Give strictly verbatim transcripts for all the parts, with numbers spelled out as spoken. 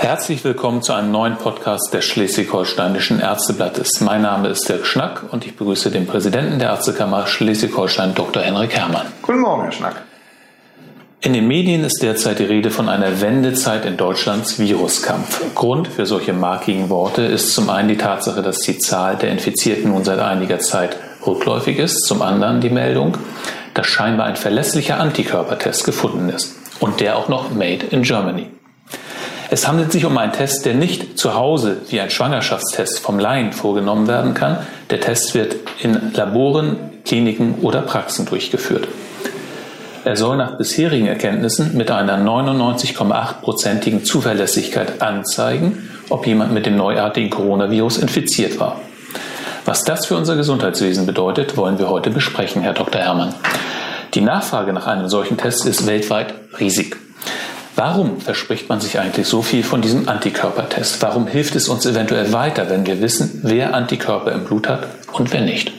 Herzlich willkommen zu einem neuen Podcast des Schleswig-Holsteinischen Ärzteblattes. Mein Name ist Dirk Schnack und ich begrüße den Präsidenten der Ärztekammer Schleswig-Holstein, Doktor Henrik Herrmann. Guten Morgen, Herr Schnack. In den Medien ist derzeit die Rede von einer Wendezeit in Deutschlands Viruskampf. Grund für solche markigen Worte ist zum einen die Tatsache, dass die Zahl der Infizierten nun seit einiger Zeit rückläufig ist, zum anderen die Meldung, dass scheinbar ein verlässlicher Antikörpertest gefunden ist und der auch noch made in Germany. Es handelt sich um einen Test, der nicht zu Hause wie ein Schwangerschaftstest vom Laien vorgenommen werden kann. Der Test wird in Laboren, Kliniken oder Praxen durchgeführt. Er soll nach bisherigen Erkenntnissen mit einer neunundneunzig Komma acht prozentigen Zuverlässigkeit anzeigen, ob jemand mit dem neuartigen Coronavirus infiziert war. Was das für unser Gesundheitswesen bedeutet, wollen wir heute besprechen, Herr Doktor Herrmann. Die Nachfrage nach einem solchen Test ist weltweit riesig. Warum verspricht man sich eigentlich so viel von diesem Antikörpertest? Warum hilft es uns eventuell weiter, wenn wir wissen, wer Antikörper im Blut hat und wer nicht?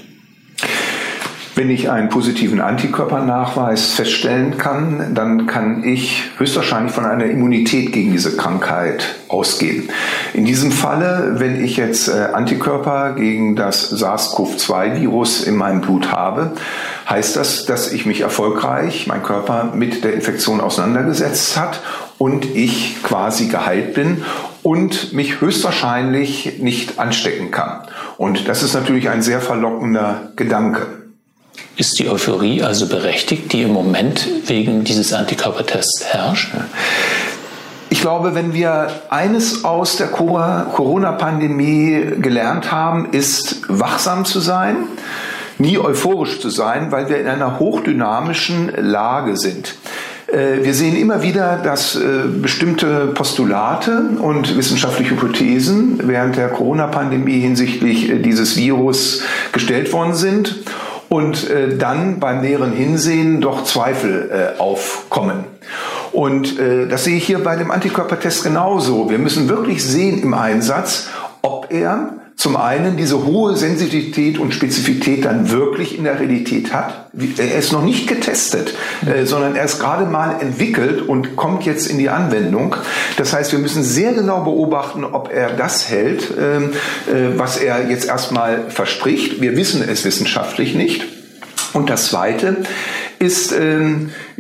Wenn ich einen positiven Antikörpernachweis feststellen kann, dann kann ich höchstwahrscheinlich von einer Immunität gegen diese Krankheit ausgehen. In diesem Falle, wenn ich jetzt Antikörper gegen das SARS-C o V zwei Virus in meinem Blut habe, heißt das, dass ich mich erfolgreich, mein Körper mit der Infektion auseinandergesetzt hat und ich quasi geheilt bin und mich höchstwahrscheinlich nicht anstecken kann. Und das ist natürlich ein sehr verlockender Gedanke. Ist die Euphorie also berechtigt, die im Moment wegen dieses Antikörpertests herrscht? Ich glaube, wenn wir eines aus der Corona-Pandemie gelernt haben, ist wachsam zu sein, nie euphorisch zu sein, weil wir in einer hochdynamischen Lage sind. Wir sehen immer wieder, dass bestimmte Postulate und wissenschaftliche Hypothesen während der Corona-Pandemie hinsichtlich dieses Virus gestellt worden sind und dann beim näheren Hinsehen doch Zweifel aufkommen. Und das sehe ich hier bei dem Antikörpertest genauso. Wir müssen wirklich sehen im Einsatz, ob er zum einen diese hohe Sensitivität und Spezifität dann wirklich in der Realität hat. Er ist noch nicht getestet, äh, sondern er ist gerade mal entwickelt und kommt jetzt in die Anwendung. Das heißt, wir müssen sehr genau beobachten, ob er das hält, äh, äh, was er jetzt erstmal verspricht. Wir wissen es wissenschaftlich nicht. Und das Zweite ist, äh,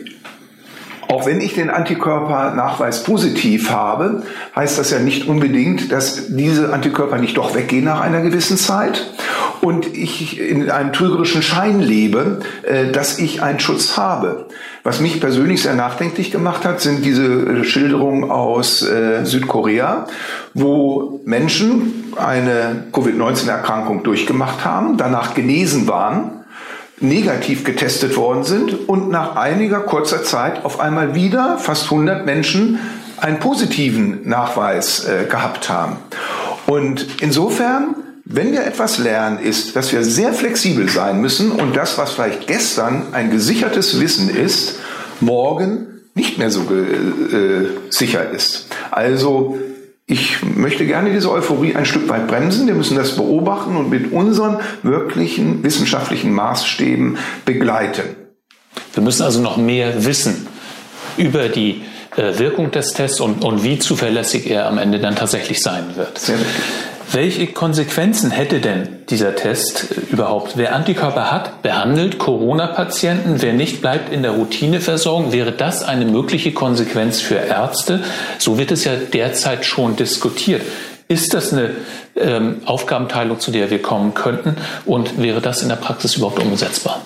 auch wenn ich den Antikörpernachweis positiv habe, heißt das ja nicht unbedingt, dass diese Antikörper nicht doch weggehen nach einer gewissen Zeit und ich in einem trügerischen Schein lebe, dass ich einen Schutz habe. Was mich persönlich sehr nachdenklich gemacht hat, sind diese Schilderungen aus Südkorea, wo Menschen eine Covid neunzehn Erkrankung durchgemacht haben, danach genesen waren, negativ getestet worden sind und nach einiger kurzer Zeit auf einmal wieder fast hundert Menschen einen positiven Nachweis äh, gehabt haben. Und insofern, wenn wir etwas lernen, ist, dass wir sehr flexibel sein müssen und das, was vielleicht gestern ein gesichertes Wissen ist, morgen nicht mehr so äh, sicher ist. Also ich möchte gerne diese Euphorie ein Stück weit bremsen. Wir müssen das beobachten und mit unseren wirklichen wissenschaftlichen Maßstäben begleiten. Wir müssen also noch mehr wissen über die äh, Wirkung des Tests und, und wie zuverlässig er am Ende dann tatsächlich sein wird. Sehr richtig. Welche Konsequenzen hätte denn dieser Test überhaupt? Wer Antikörper hat, behandelt Corona-Patienten. Wer nicht, bleibt in der Routineversorgung. Wäre das eine mögliche Konsequenz für Ärzte? So wird es ja derzeit schon diskutiert. Ist das eine ähm, Aufgabenteilung, zu der wir kommen könnten? Und wäre das in der Praxis überhaupt umsetzbar?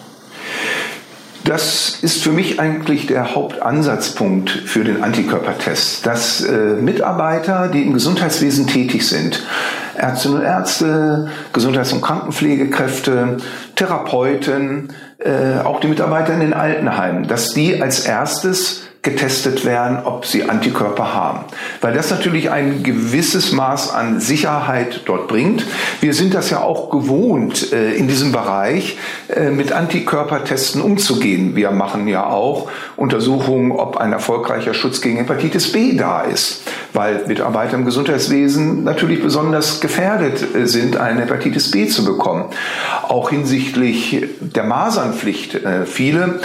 Das ist für mich eigentlich der Hauptansatzpunkt für den Antikörpertest, dass äh, Mitarbeiter, die im Gesundheitswesen tätig sind, Ärztinnen und Ärzte, Gesundheits- und Krankenpflegekräfte, Therapeuten, äh, auch die Mitarbeiter in den Altenheimen, dass die als erstes getestet werden, ob sie Antikörper haben. Weil das natürlich ein gewisses Maß an Sicherheit dort bringt. Wir sind das ja auch gewohnt, in diesem Bereich mit Antikörpertesten umzugehen. Wir machen ja auch Untersuchungen, ob ein erfolgreicher Schutz gegen Hepatitis B da ist. Weil Mitarbeiter im Gesundheitswesen natürlich besonders gefährdet sind, eine Hepatitis B zu bekommen. Auch hinsichtlich der Masernpflicht. Viele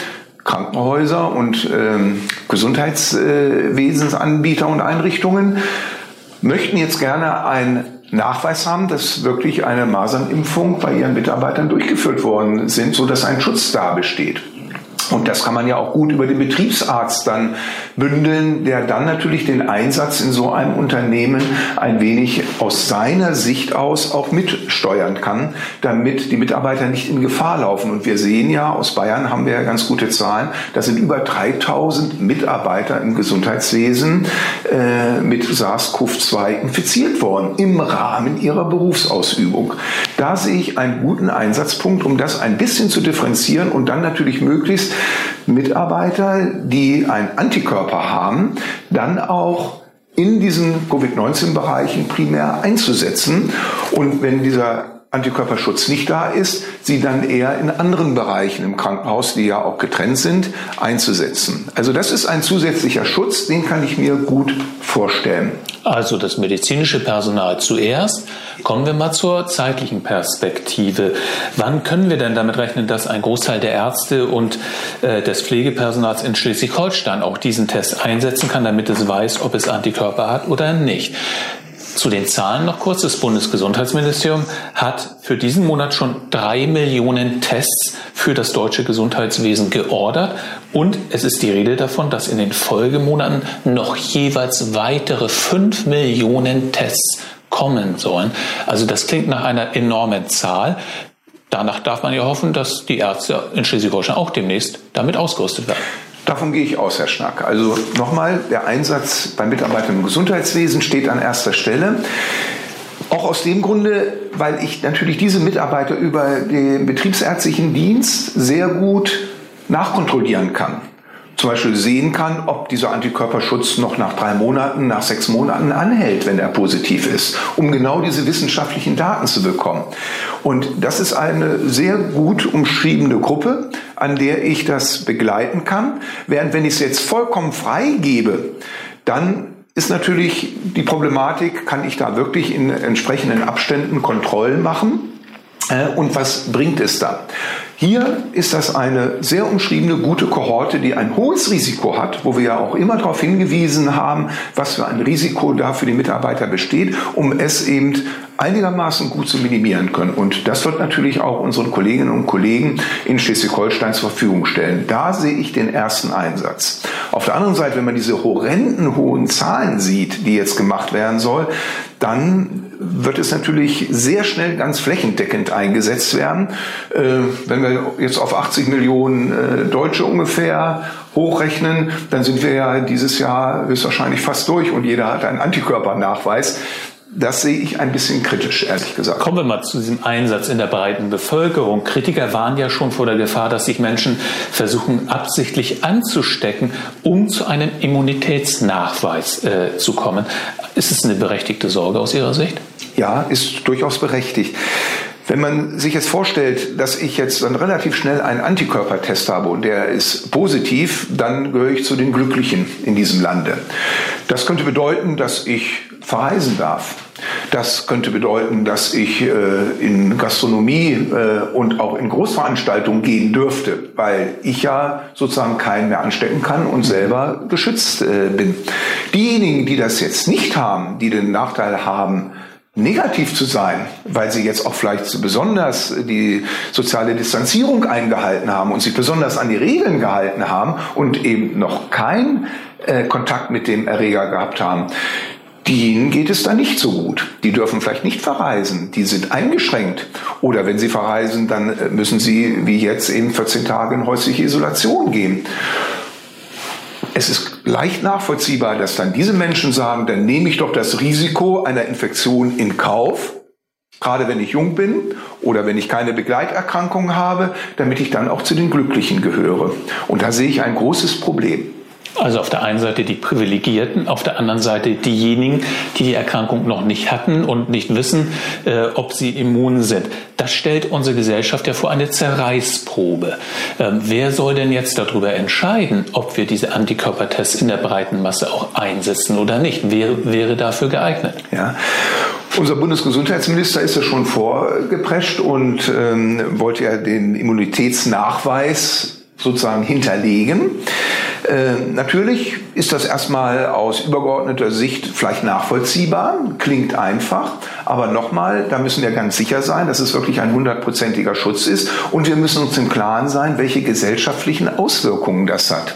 Krankenhäuser und ähm, Gesundheitswesensanbieter und Einrichtungen möchten jetzt gerne einen Nachweis haben, dass wirklich eine Masernimpfung bei ihren Mitarbeitern durchgeführt worden sind, sodass ein Schutz da besteht. Und das kann man ja auch gut über den Betriebsarzt dann bündeln, der dann natürlich den Einsatz in so einem Unternehmen ein wenig aus seiner Sicht aus auch mitsteuern kann, damit die Mitarbeiter nicht in Gefahr laufen. Und wir sehen ja, aus Bayern haben wir ja ganz gute Zahlen, da sind über dreitausend Mitarbeiter im Gesundheitswesen äh, mit SARS-C o V zwei infiziert worden im Rahmen ihrer Berufsausübung. Da sehe ich einen guten Einsatzpunkt, um das ein bisschen zu differenzieren und dann natürlich möglichst Mitarbeiter, die einen Antikörper haben, dann auch in diesen Covid neunzehn Bereichen primär einzusetzen. Und wenn dieser Antikörperschutz nicht da ist, sie dann eher in anderen Bereichen im Krankenhaus, die ja auch getrennt sind, einzusetzen. Also das ist ein zusätzlicher Schutz, den kann ich mir gut vorstellen. Also das medizinische Personal zuerst. Kommen wir mal zur zeitlichen Perspektive. Wann können wir denn damit rechnen, dass ein Großteil der Ärzte und äh, des Pflegepersonals in Schleswig-Holstein auch diesen Test einsetzen kann, damit es weiß, ob es Antikörper hat oder nicht? Zu den Zahlen noch kurz. Das Bundesgesundheitsministerium hat für diesen Monat schon drei Millionen Tests für das deutsche Gesundheitswesen geordert. Und es ist die Rede davon, dass in den Folgemonaten noch jeweils weitere fünf Millionen Tests kommen sollen. Also das klingt nach einer enormen Zahl. Danach darf man ja hoffen, dass die Ärzte in Schleswig-Holstein auch demnächst damit ausgerüstet werden. Davon gehe ich aus, Herr Schnack. Also nochmal, der Einsatz bei Mitarbeitern im Gesundheitswesen steht an erster Stelle. Auch aus dem Grunde, weil ich natürlich diese Mitarbeiter über den betriebsärztlichen Dienst sehr gut nachkontrollieren kann. Zum Beispiel sehen kann, ob dieser Antikörperschutz noch nach drei Monaten, nach sechs Monaten anhält, wenn er positiv ist, um genau diese wissenschaftlichen Daten zu bekommen. Und das ist eine sehr gut umschriebene Gruppe, an der ich das begleiten kann. Während wenn ich es jetzt vollkommen freigebe, dann ist natürlich die Problematik, kann ich da wirklich in entsprechenden Abständen Kontrollen machen? Und was bringt es da? Hier ist das eine sehr umschriebene, gute Kohorte, die ein hohes Risiko hat, wo wir ja auch immer darauf hingewiesen haben, was für ein Risiko da für die Mitarbeiter besteht, um es eben einigermaßen gut zu minimieren können. Und das wird natürlich auch unseren Kolleginnen und Kollegen in Schleswig-Holstein zur Verfügung stellen. Da sehe ich den ersten Einsatz. Auf der anderen Seite, wenn man diese horrenden hohen Zahlen sieht, die jetzt gemacht werden soll, dann wird es natürlich sehr schnell ganz flächendeckend eingesetzt werden. Äh, wenn wir jetzt auf achtzig Millionen äh, Deutsche ungefähr hochrechnen, dann sind wir ja dieses Jahr höchstwahrscheinlich fast durch und jeder hat einen Antikörpernachweis. Das sehe ich ein bisschen kritisch, ehrlich gesagt. Kommen wir mal zu diesem Einsatz in der breiten Bevölkerung. Kritiker warnen ja schon vor der Gefahr, dass sich Menschen versuchen, absichtlich anzustecken, um zu einem Immunitätsnachweis äh, zu kommen. Ist es eine berechtigte Sorge aus Ihrer Sicht? Ja, ist durchaus berechtigt. Wenn man sich jetzt vorstellt, dass ich jetzt dann relativ schnell einen Antikörpertest habe und der ist positiv, dann gehöre ich zu den Glücklichen in diesem Lande. Das könnte bedeuten, dass ich verreisen darf. Das könnte bedeuten, dass ich äh, in Gastronomie äh, und auch in Großveranstaltungen gehen dürfte, weil ich ja sozusagen keinen mehr anstecken kann und selber geschützt äh, bin. Diejenigen, die das jetzt nicht haben, die den Nachteil haben, negativ zu sein, weil sie jetzt auch vielleicht besonders die soziale Distanzierung eingehalten haben und sich besonders an die Regeln gehalten haben und eben noch keinen äh, Kontakt mit dem Erreger gehabt haben, denen geht es dann nicht so gut. Die dürfen vielleicht nicht verreisen, die sind eingeschränkt. Oder wenn sie verreisen, dann müssen sie wie jetzt eben vierzehn Tage in häusliche Isolation gehen. Es ist leicht nachvollziehbar, dass dann diese Menschen sagen, dann nehme ich doch das Risiko einer Infektion in Kauf, gerade wenn ich jung bin oder wenn ich keine Begleiterkrankung habe, damit ich dann auch zu den Glücklichen gehöre. Und da sehe ich ein großes Problem. Also auf der einen Seite die Privilegierten, auf der anderen Seite diejenigen, die die Erkrankung noch nicht hatten und nicht wissen, äh, ob sie immun sind. Das stellt unsere Gesellschaft ja vor eine Zerreißprobe. Ähm, wer soll denn jetzt darüber entscheiden, ob wir diese Antikörpertests in der breiten Masse auch einsetzen oder nicht? Wer wäre dafür geeignet? Ja. Unser Bundesgesundheitsminister ist ja schon vorgeprescht und ähm, wollte ja den Immunitätsnachweis sozusagen hinterlegen. Äh, natürlich ist das erstmal aus übergeordneter Sicht vielleicht nachvollziehbar, klingt einfach, aber nochmal, da müssen wir ganz sicher sein, dass es wirklich ein hundertprozentiger Schutz ist und wir müssen uns im Klaren sein, welche gesellschaftlichen Auswirkungen das hat.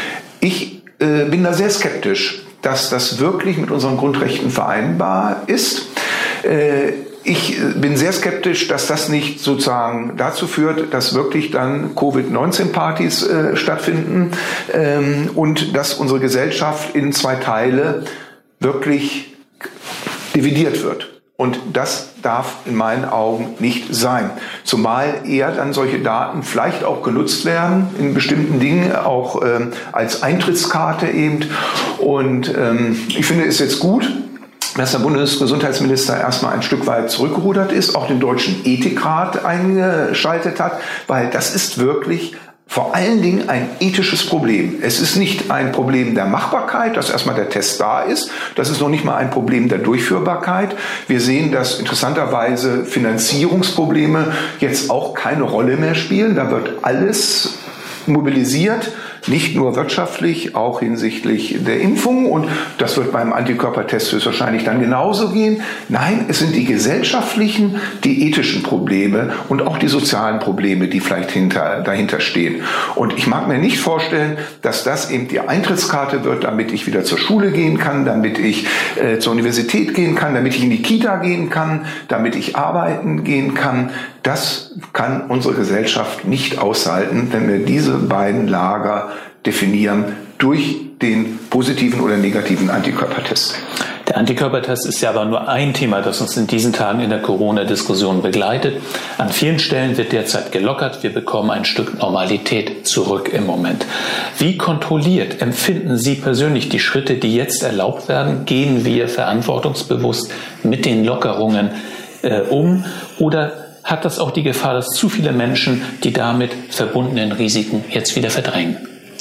Ich äh, bin da sehr skeptisch, dass das wirklich mit unseren Grundrechten vereinbar ist. Äh, Ich bin sehr skeptisch, dass das nicht sozusagen dazu führt, dass wirklich dann Covid neunzehn Partys äh, stattfinden ähm, und dass unsere Gesellschaft in zwei Teile wirklich dividiert wird. Und das darf in meinen Augen nicht sein. Zumal eher dann solche Daten vielleicht auch genutzt werden, in bestimmten Dingen auch ähm, als Eintrittskarte eben. Und ähm, ich finde es jetzt gut, dass der Bundesgesundheitsminister erstmal ein Stück weit zurückgerudert ist, auch den Deutschen Ethikrat eingeschaltet hat, weil das ist wirklich vor allen Dingen ein ethisches Problem. Es ist nicht ein Problem der Machbarkeit, dass erstmal der Test da ist. Das ist noch nicht mal ein Problem der Durchführbarkeit. Wir sehen, dass interessanterweise Finanzierungsprobleme jetzt auch keine Rolle mehr spielen. Da wird alles mobilisiert, nicht nur wirtschaftlich, auch hinsichtlich der Impfung. Und das wird beim Antikörpertest höchstwahrscheinlich dann genauso gehen. Nein, es sind die gesellschaftlichen, die ethischen Probleme und auch die sozialen Probleme, die vielleicht hinter, dahinter stehen. Und ich mag mir nicht vorstellen, dass das eben die Eintrittskarte wird, damit ich wieder zur Schule gehen kann, damit ich äh, zur Universität gehen kann, damit ich in die Kita gehen kann, damit ich arbeiten gehen kann. Das kann unsere Gesellschaft nicht aushalten, wenn wir diese beiden Lager definieren durch den positiven oder negativen Antikörpertest. Der Antikörpertest ist ja aber nur ein Thema, das uns in diesen Tagen in der Corona-Diskussion begleitet. An vielen Stellen wird derzeit gelockert. Wir bekommen ein Stück Normalität zurück im Moment. Wie kontrolliert empfinden Sie persönlich die Schritte, die jetzt erlaubt werden? Gehen wir verantwortungsbewusst mit den Lockerungen äh, um oder hat das auch die Gefahr, dass zu viele Menschen die damit verbundenen Risiken jetzt wieder verdrängen?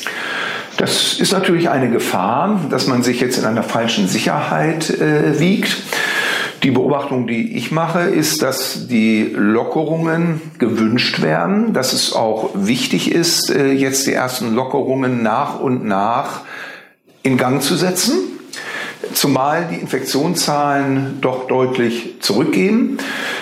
Das ist natürlich eine Gefahr, dass man sich jetzt in einer falschen Sicherheit äh, wiegt. Die Beobachtung, die ich mache, ist, dass die Lockerungen gewünscht werden, dass es auch wichtig ist, äh, jetzt die ersten Lockerungen nach und nach in Gang zu setzen, zumal die Infektionszahlen doch deutlich zurückgehen.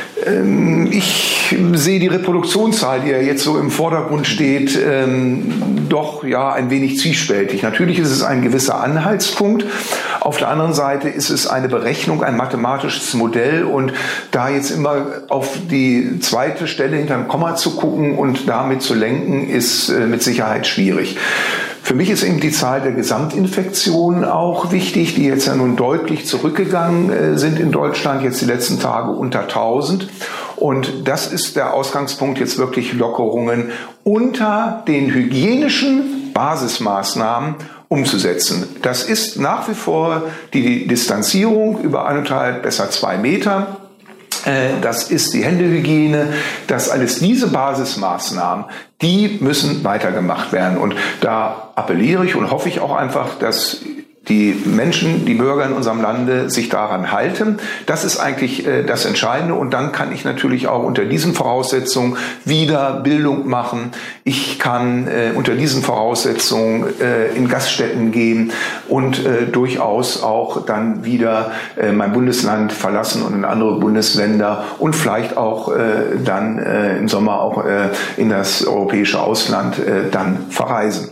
Ich sehe die Reproduktionszahl, die ja jetzt so im Vordergrund steht, ähm, doch ja ein wenig zwiespältig. Natürlich ist es ein gewisser Anhaltspunkt. Auf der anderen Seite ist es eine Berechnung, ein mathematisches Modell und da jetzt immer auf die zweite Stelle hinterm Komma zu gucken und damit zu lenken, ist äh, mit Sicherheit schwierig. Für mich ist eben die Zahl der Gesamtinfektionen auch wichtig, die jetzt ja nun deutlich zurückgegangen sind in Deutschland, jetzt die letzten Tage unter tausend. Und das ist der Ausgangspunkt, jetzt wirklich Lockerungen unter den hygienischen Basismaßnahmen umzusetzen. Das ist nach wie vor die Distanzierung über eineinhalb, besser zwei Meter. Das ist die Händehygiene, das alles diese Basismaßnahmen, die müssen weitergemacht werden. Und da appelliere ich und hoffe ich auch einfach, dass die Menschen, die Bürger in unserem Lande sich daran halten. Das ist eigentlich äh, das Entscheidende. Und dann kann ich natürlich auch unter diesen Voraussetzungen wieder Bildung machen. Ich kann äh, unter diesen Voraussetzungen äh, in Gaststätten gehen und äh, durchaus auch dann wieder äh, mein Bundesland verlassen und in andere Bundesländer und vielleicht auch äh, dann äh, im Sommer auch äh, in das europäische Ausland äh, dann verreisen.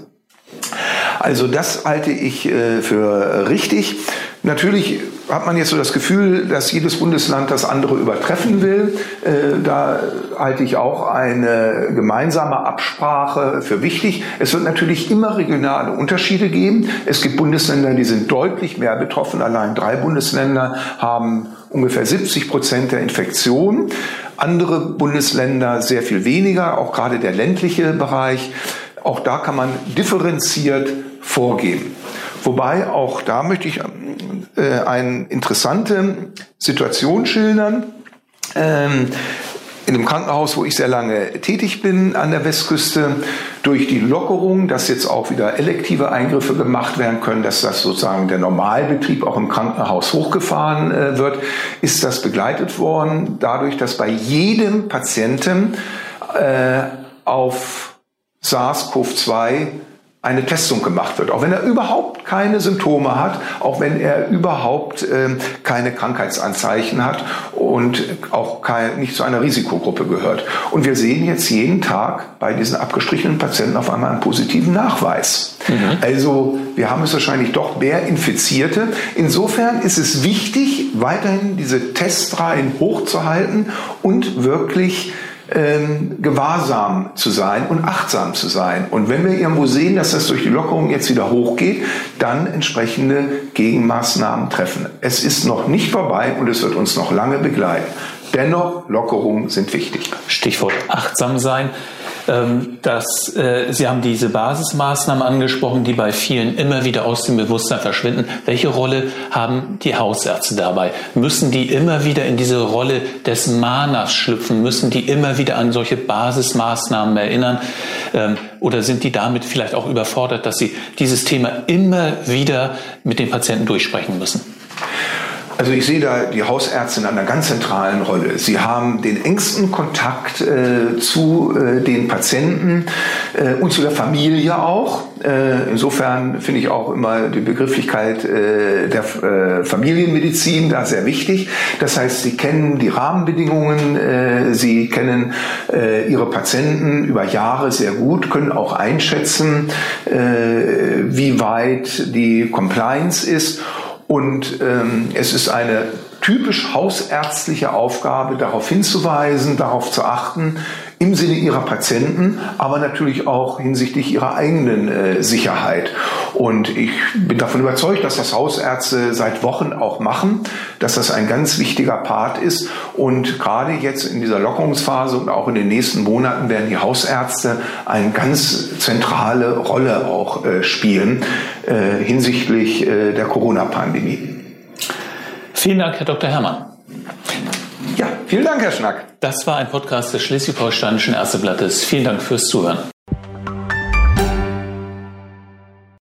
Also das halte ich äh, für richtig. Natürlich hat man jetzt so das Gefühl, dass jedes Bundesland das andere übertreffen will. Äh, da halte ich auch eine gemeinsame Absprache für wichtig. Es wird natürlich immer regionale Unterschiede geben. Es gibt Bundesländer, die sind deutlich mehr betroffen. Allein drei Bundesländer haben ungefähr siebzig Prozent der Infektionen. Andere Bundesländer sehr viel weniger, auch gerade der ländliche Bereich. Auch da kann man differenziert vorgehen. Wobei auch da möchte ich äh, eine interessante Situation schildern. Ähm, in dem Krankenhaus, wo ich sehr lange tätig bin an der Westküste, durch die Lockerung, dass jetzt auch wieder elektive Eingriffe gemacht werden können, dass das sozusagen der Normalbetrieb auch im Krankenhaus hochgefahren äh, wird, ist das begleitet worden dadurch, dass bei jedem Patienten äh, auf SARS-CoV zwei eine Testung gemacht wird, auch wenn er überhaupt keine Symptome hat, auch wenn er überhaupt äh, keine Krankheitsanzeichen hat und auch kein, nicht zu einer Risikogruppe gehört. Und wir sehen jetzt jeden Tag bei diesen abgestrichenen Patienten auf einmal einen positiven Nachweis. Mhm. Also wir haben es wahrscheinlich doch mehr Infizierte. Insofern ist es wichtig, weiterhin diese Testreihen hochzuhalten und wirklich Ähm, gewahrsam zu sein und achtsam zu sein. Und wenn wir irgendwo sehen, dass das durch die Lockerung jetzt wieder hochgeht, dann entsprechende Gegenmaßnahmen treffen. Es ist noch nicht vorbei und es wird uns noch lange begleiten. Dennoch, Lockerungen sind wichtig. Stichwort achtsam sein. Das, Sie haben diese Basismaßnahmen angesprochen, die bei vielen immer wieder aus dem Bewusstsein verschwinden. Welche Rolle haben die Hausärzte dabei? Müssen die immer wieder in diese Rolle des Mahners schlüpfen? Müssen die immer wieder an solche Basismaßnahmen erinnern? Oder sind die damit vielleicht auch überfordert, dass sie dieses Thema immer wieder mit den Patienten durchsprechen müssen? Also ich sehe da die Hausärzte in einer ganz zentralen Rolle. Sie haben den engsten Kontakt äh, zu äh, den Patienten äh, und zu der Familie auch. Äh, insofern finde ich auch immer die Begrifflichkeit äh, der äh, Familienmedizin da sehr wichtig. Das heißt, sie kennen die Rahmenbedingungen, äh, sie kennen äh, ihre Patienten über Jahre sehr gut, können auch einschätzen, äh, wie weit die Compliance ist. Und ähm, es ist eine typisch hausärztliche Aufgabe, darauf hinzuweisen, darauf zu achten, im Sinne ihrer Patienten, aber natürlich auch hinsichtlich ihrer eigenen äh, Sicherheit. Und ich bin davon überzeugt, dass das Hausärzte seit Wochen auch machen, dass das ein ganz wichtiger Part ist. Und gerade jetzt in dieser Lockerungsphase und auch in den nächsten Monaten werden die Hausärzte eine ganz zentrale Rolle auch äh, spielen äh, hinsichtlich äh, der Corona-Pandemie. Vielen Dank, Herr Doktor Herrmann. Ja, vielen Dank, Herr Schnack. Das war ein Podcast des Schleswig-Holsteinischen Ärzteblattes. Vielen Dank fürs Zuhören.